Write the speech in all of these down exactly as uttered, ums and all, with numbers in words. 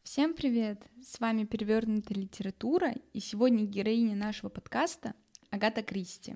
Всем привет! С вами Перевернутая литература, и сегодня героиня нашего подкаста Агата Кристи.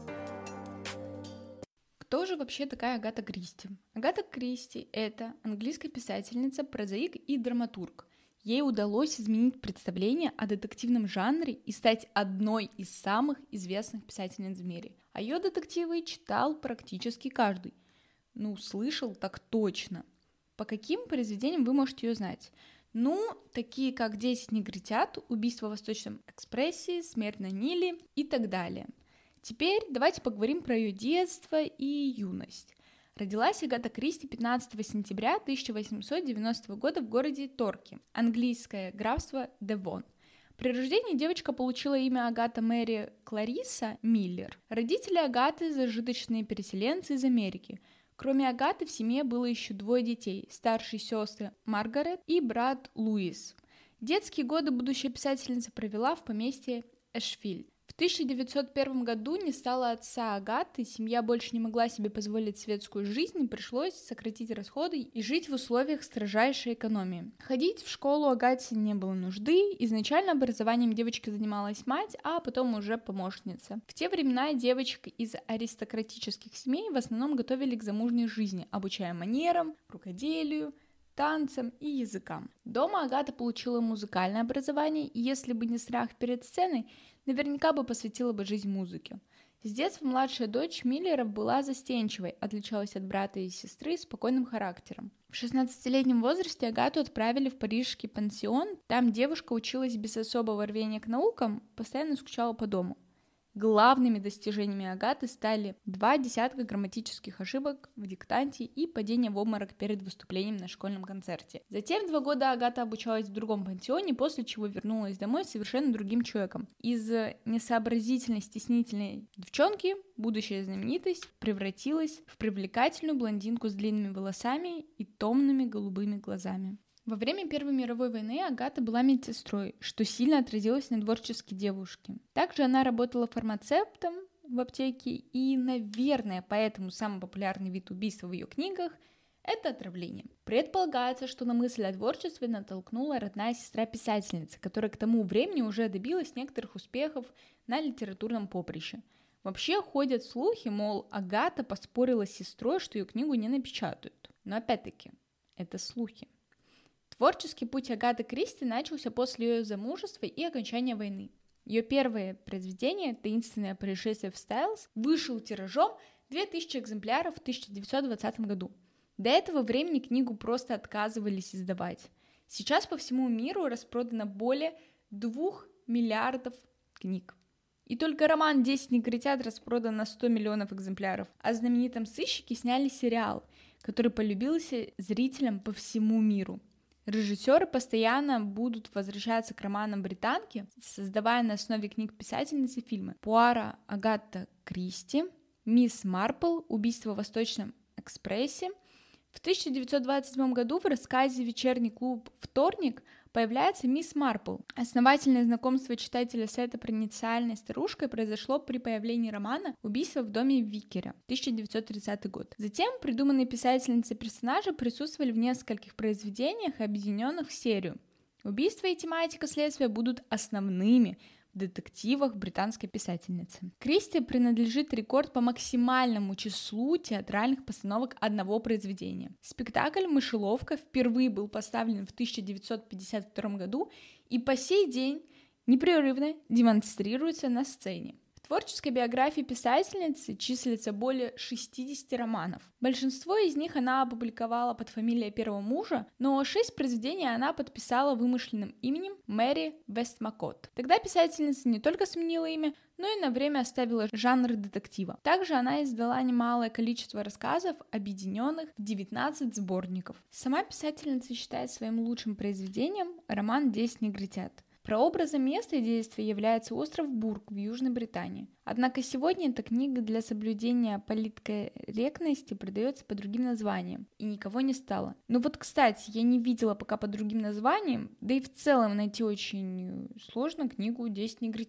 Кто же вообще такая Агата Кристи? Агата Кристи — это английская писательница, прозаик и драматург. Ей удалось изменить представление о детективном жанре и стать одной из самых известных писательниц в мире. А ее детективы читал практически каждый. Ну, слышал так точно. По каким произведениям вы можете ее знать? Ну, такие как «Десять негритят», «Убийство в Восточном экспрессе», «Смерть на Ниле» и так далее. Теперь давайте поговорим про ее детство и юность. Родилась Агата Кристи пятнадцатого сентября тысяча восемьсот девяностого года в городе Торки, английское графство Девон. При рождении девочка получила имя Агата Мэри Клариса Миллер. Родители Агаты – зажиточные переселенцы из Америки. Кроме Агаты в семье было еще двое детей – старшие сестры Маргарет и брат Луис. Детские годы будущая писательница провела в поместье Эшфилд. В тысяча девятьсот первом году не стало отца Агаты, семья больше не могла себе позволить светскую жизнь, и пришлось сократить расходы и жить в условиях строжайшей экономии. Ходить в школу Агате не было нужды, изначально образованием девочки занималась мать, а потом уже помощница. В те времена девочек из аристократических семей в основном готовили к замужней жизни, обучая манерам, рукоделию, танцам и языкам. Дома Агата получила музыкальное образование, и если бы не страх перед сценой, наверняка бы посвятила бы жизнь музыке. С детства младшая дочь Миллеров была застенчивой, отличалась от брата и сестры спокойным характером. В шестнадцатилетнем возрасте Агату отправили в парижский пансион, там девушка училась без особого рвения к наукам, постоянно скучала по дому. Главными достижениями Агаты стали два десятка грамматических ошибок в диктанте и падение в обморок перед выступлением на школьном концерте. Затем два года Агата обучалась в другом пансионе, после чего вернулась домой совершенно другим человеком. Из несообразительной, стеснительной девчонки будущая знаменитость превратилась в привлекательную блондинку с длинными волосами и томными голубыми глазами. Во время Первой мировой войны Агата была медсестрой, что сильно отразилось на творчестве девушки. Также она работала фармацевтом в аптеке, и, наверное, поэтому самый популярный вид убийства в ее книгах – это отравление. Предполагается, что на мысль о творчестве натолкнула родная сестра писательницы, которая к тому времени уже добилась некоторых успехов на литературном поприще. Вообще ходят слухи, мол, Агата поспорила с сестрой, что ее книгу не напечатают. Но опять-таки, это слухи. Творческий путь Агаты Кристи начался после ее замужества и окончания войны. Ее первое произведение «Таинственное происшествие в Стайлз» вышел тиражом две тысячи экземпляров в тысяча девятьсот двадцатом году. До этого времени книгу просто отказывались издавать. Сейчас по всему миру распродано более двух миллиардов книг. И только роман «Десять негритят» распродан на сто миллионов экземпляров. О знаменитом сыщике сняли сериал, который полюбился зрителям по всему миру. Режиссеры постоянно будут возвращаться к романам британки, создавая на основе книг писательницы фильмы «Пуаро» Агата Кристи, «Мисс Марпл», «Убийство в Восточном экспрессе». В тысяча девятьсот двадцать седьмом году в рассказе «Вечерний клуб «Вторник» появляется мисс Марпл. Основательное знакомство читателя с этой провинциальной старушкой произошло при появлении романа «Убийство в доме Виккера» тысяча девятьсот тридцатый год. Затем придуманные писательницей персонажи присутствовали в нескольких произведениях, объединенных в серию. Убийство и тематика следствия будут основными в детективах британской писательницы. Кристи принадлежит рекорд по максимальному числу театральных постановок одного произведения. Спектакль «Мышеловка» впервые был поставлен в тысяча девятьсот пятьдесят втором году и по сей день непрерывно демонстрируется на сцене. В творческой биографии писательницы числится более шестидесяти романов. Большинство из них она опубликовала под фамилией первого мужа, но шесть произведений она подписала вымышленным именем Мэри Вестмакот. Тогда писательница не только сменила имя, но и на время оставила жанр детектива. Также она издала немалое количество рассказов, объединенных в девятнадцать сборников. Сама писательница считает своим лучшим произведением роман «Десять негритят». Прообразом места и действия является остров Бург в Южной Британии. Однако сегодня эта книга для соблюдения политкорректности продается по другим названиям, и никого не стало. Но вот, кстати, я не видела пока по другим названиям, да и в целом найти очень сложно книгу «Десять негритят».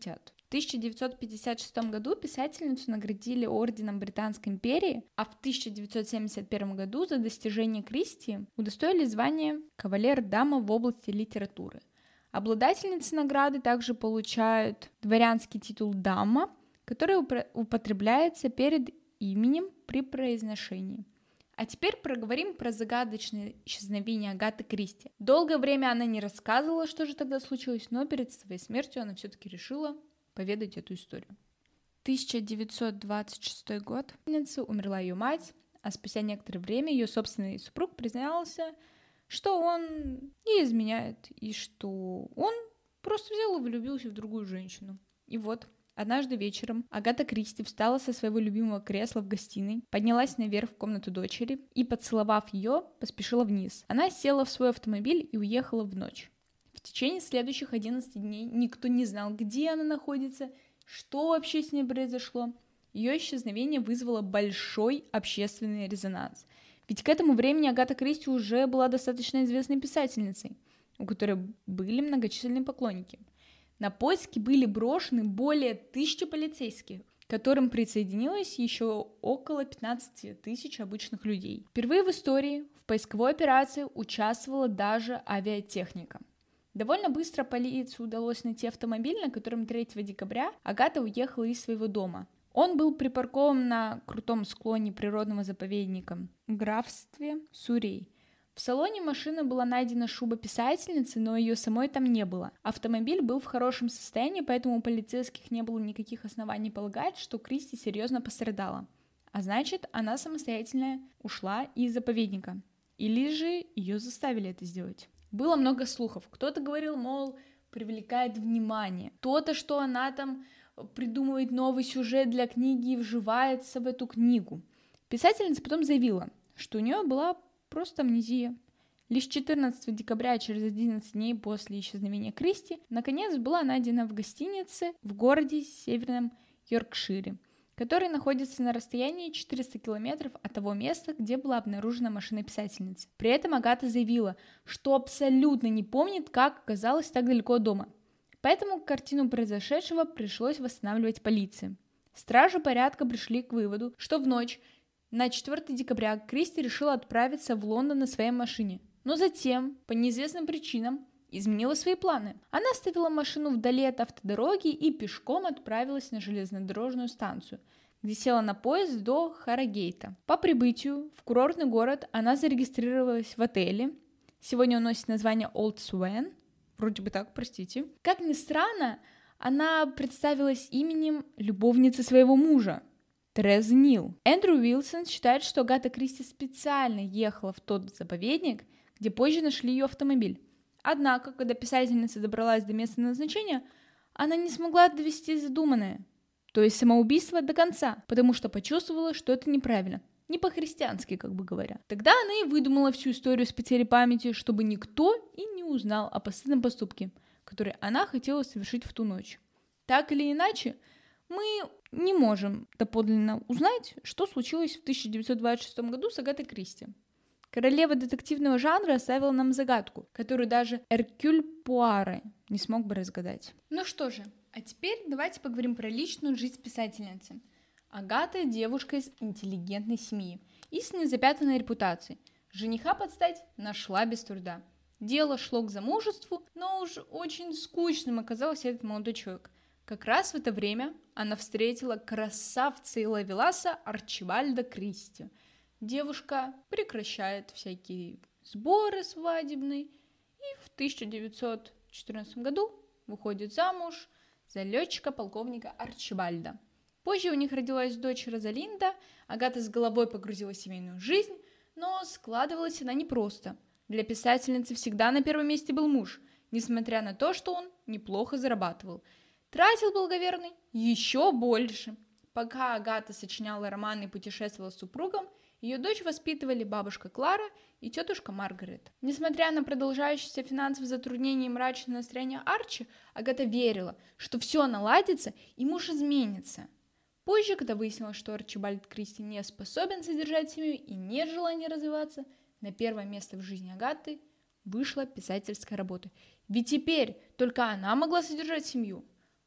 тысяча девятьсот пятьдесят шестом году писательницу наградили орденом Британской империи, а в тысяча девятьсот семьдесят первом году за достижение Кристи удостоили звания кавалер-дама в области литературы. Обладательницы награды также получают дворянский титул дама, который употребляется перед именем при произношении. А теперь проговорим про загадочное исчезновение Агаты Кристи. Долгое время она не рассказывала, что же тогда случилось, но перед своей смертью она все-таки решила поведать эту историю. тысяча девятьсот двадцать шестой год. Умерла ее мать, а спустя некоторое время ее собственный супруг признался, что он не изменяет, и что он просто взял и влюбился в другую женщину. И вот, однажды вечером Агата Кристи встала со своего любимого кресла в гостиной, поднялась наверх в комнату дочери и, поцеловав ее, поспешила вниз. Она села в свой автомобиль и уехала в ночь. В течение следующих одиннадцати дней никто не знал, где она находится, что вообще с ней произошло. Ее исчезновение вызвало большой общественный резонанс. Ведь к этому времени Агата Кристи уже была достаточно известной писательницей, у которой были многочисленные поклонники. На поиски были брошены более тысячи полицейских, к которым присоединилось еще около пятнадцати тысяч обычных людей. Впервые в истории в поисковой операции участвовала даже авиатехника. Довольно быстро полиции удалось найти автомобиль, на котором третьего декабря Агата уехала из своего дома. Он был припаркован на крутом склоне природного заповедника в графстве Суррей. В салоне машины была найдена шуба писательницы, но ее самой там не было. Автомобиль был в хорошем состоянии, поэтому у полицейских не было никаких оснований полагать, что Кристи серьезно пострадала. А значит, она самостоятельно ушла из заповедника. Или же ее заставили это сделать. Было много слухов. Кто-то говорил, мол, привлекает внимание. Кто-то, что она там придумывает новый сюжет для книги и вживается в эту книгу. Писательница потом заявила, что у нее была просто амнезия. Лишь четырнадцатого декабря, через одиннадцать дней после исчезновения Кристи, наконец была найдена в гостинице в городе Северном Йоркшире, который находится на расстоянии четыреста километров от того места, где была обнаружена машина писательницы. При этом Агата заявила, что абсолютно не помнит, как оказалась так далеко от дома. Поэтому картину произошедшего пришлось восстанавливать полиции. Стражи порядка пришли к выводу, что в ночь на четвёртого декабря Кристи решила отправиться в Лондон на своей машине, но затем, по неизвестным причинам, изменила свои планы. Она оставила машину вдали от автодороги и пешком отправилась на железнодорожную станцию, где села на поезд до Харрогейта. По прибытию в курортный город она зарегистрировалась в отеле. Сегодня он носит название Old Swan. Вроде бы так, простите. Как ни странно, она представилась именем любовницы своего мужа, Терезы Нил. Эндрю Уилсон считает, что Агата Кристи специально ехала в тот заповедник, где позже нашли ее автомобиль. Однако, когда писательница добралась до места назначения, она не смогла довести задуманное, то есть самоубийство, до конца, потому что почувствовала, что это неправильно. Не по-христиански, как бы говоря. Тогда она и выдумала всю историю с потерей памяти, чтобы никто и не узнал о постыдном поступке, который она хотела совершить в ту ночь. Так или иначе, мы не можем доподлинно узнать, что случилось в тысяча девятьсот двадцать шестом году с Агатой Кристи. Королева детективного жанра оставила нам загадку, которую даже Эркюль Пуаро не смог бы разгадать. Ну что же, а теперь давайте поговорим про личную жизнь писательницы. Агата – девушка из интеллигентной семьи и с незапятнанной репутацией. Жениха под стать нашла без труда. Дело шло к замужеству, но уж очень скучным оказался этот молодой человек. Как раз в это время она встретила красавца и ловеласа Арчибальда Кристи. Девушка прекращает всякие сборы свадебные и в тысяча девятьсот четырнадцатом году выходит замуж за летчика-полковника Арчибальда. Позже у них родилась дочь Розалинда. Агата с головой погрузилась в семейную жизнь, но складывалась она непросто. Для писательницы всегда на первом месте был муж, несмотря на то, что он неплохо зарабатывал. Тратил благоверный еще больше. Пока Агата сочиняла романы и путешествовала с супругом, ее дочь воспитывали бабушка Клара и тетушка Маргарет. Несмотря на продолжающиеся финансовые затруднения и мрачное настроение Арчи, Агата верила, что все наладится и муж изменится. Позже, когда выяснилось, что Арчибальд Кристи не способен содержать семью и нет желания развиваться, на первое место в жизни Агаты вышла писательская работа. Ведь теперь только она могла содержать семью.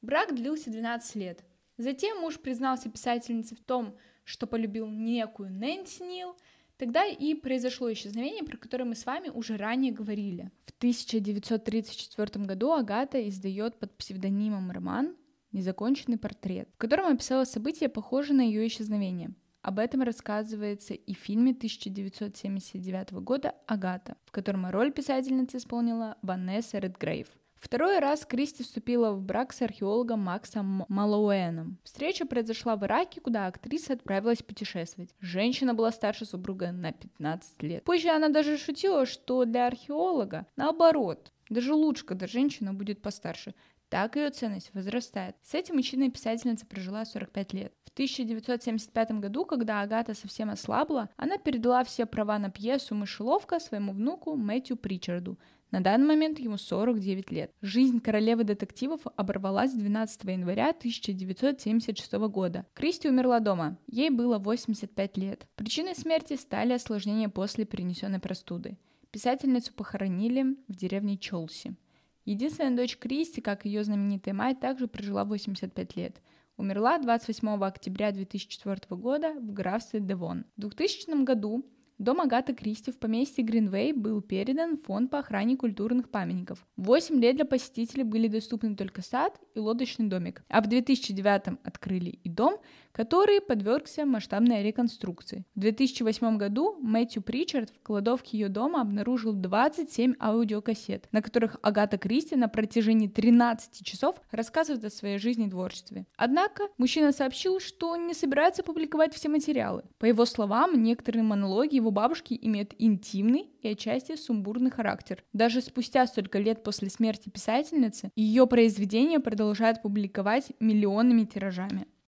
Брак длился двенадцать лет. Затем муж признался писательнице в том, что полюбил некую Нэнси Нил. Тогда и произошло исчезновение, про которое мы с вами уже ранее говорили. В тысяча девятьсот тридцать четвёртом году Агата издает под псевдонимом роман «Незаконченный портрет», в котором описала события, похожие на ее исчезновение. Об этом рассказывается и в фильме тысяча девятьсот семьдесят девятого года «Агата», в котором роль писательницы исполнила Ванесса Редгрейв. Второй раз Кристи вступила в брак с археологом Максом Малоуэном. Встреча произошла в Ираке, куда актриса отправилась путешествовать. Женщина была старше супруга на пятнадцать лет. Позже она даже шутила, что для археолога наоборот, даже лучше, когда женщина будет постарше. Так ее ценность возрастает. С этим мужчиной писательница прожила сорок пять лет. В тысяча девятьсот семьдесят пятом году, когда Агата совсем ослабла, она передала все права на пьесу «Мышеловка» своему внуку Мэтью Причарду. На данный момент ему сорок девять лет. Жизнь королевы детективов оборвалась двенадцатого января тысяча девятьсот семьдесят шестого года. Кристи умерла дома. Ей было восемьдесят пять лет. Причиной смерти стали осложнения после перенесенной простуды. Писательницу похоронили в деревне Челси. Единственная дочь Кристи, как ее знаменитая мать, также прожила восемьдесят пять лет. Умерла двадцать восьмого октября две тысячи четвёртого года в графстве Девон. В двухтысячном году дом Агаты Кристи в поместье Гринвей был передан в фонд по охране культурных памятников. Восемь лет для посетителей были доступны только сад и лодочный домик. А в две тысячи девятом открыли и дом, который подвергся масштабной реконструкции. В две тысячи восьмом году Мэтью Причард в кладовке ее дома обнаружил двадцать семь аудиокассет, на которых Агата Кристи на протяжении тринадцати часов рассказывает о своей жизни и творчестве. Однако мужчина сообщил, что не собирается публиковать все материалы. По его словам, некоторые монологи его бабушки имеют интимный и отчасти сумбурный характер. Даже спустя столько лет после смерти писательницы ее произведения продолжают публиковать миллионными тиражами.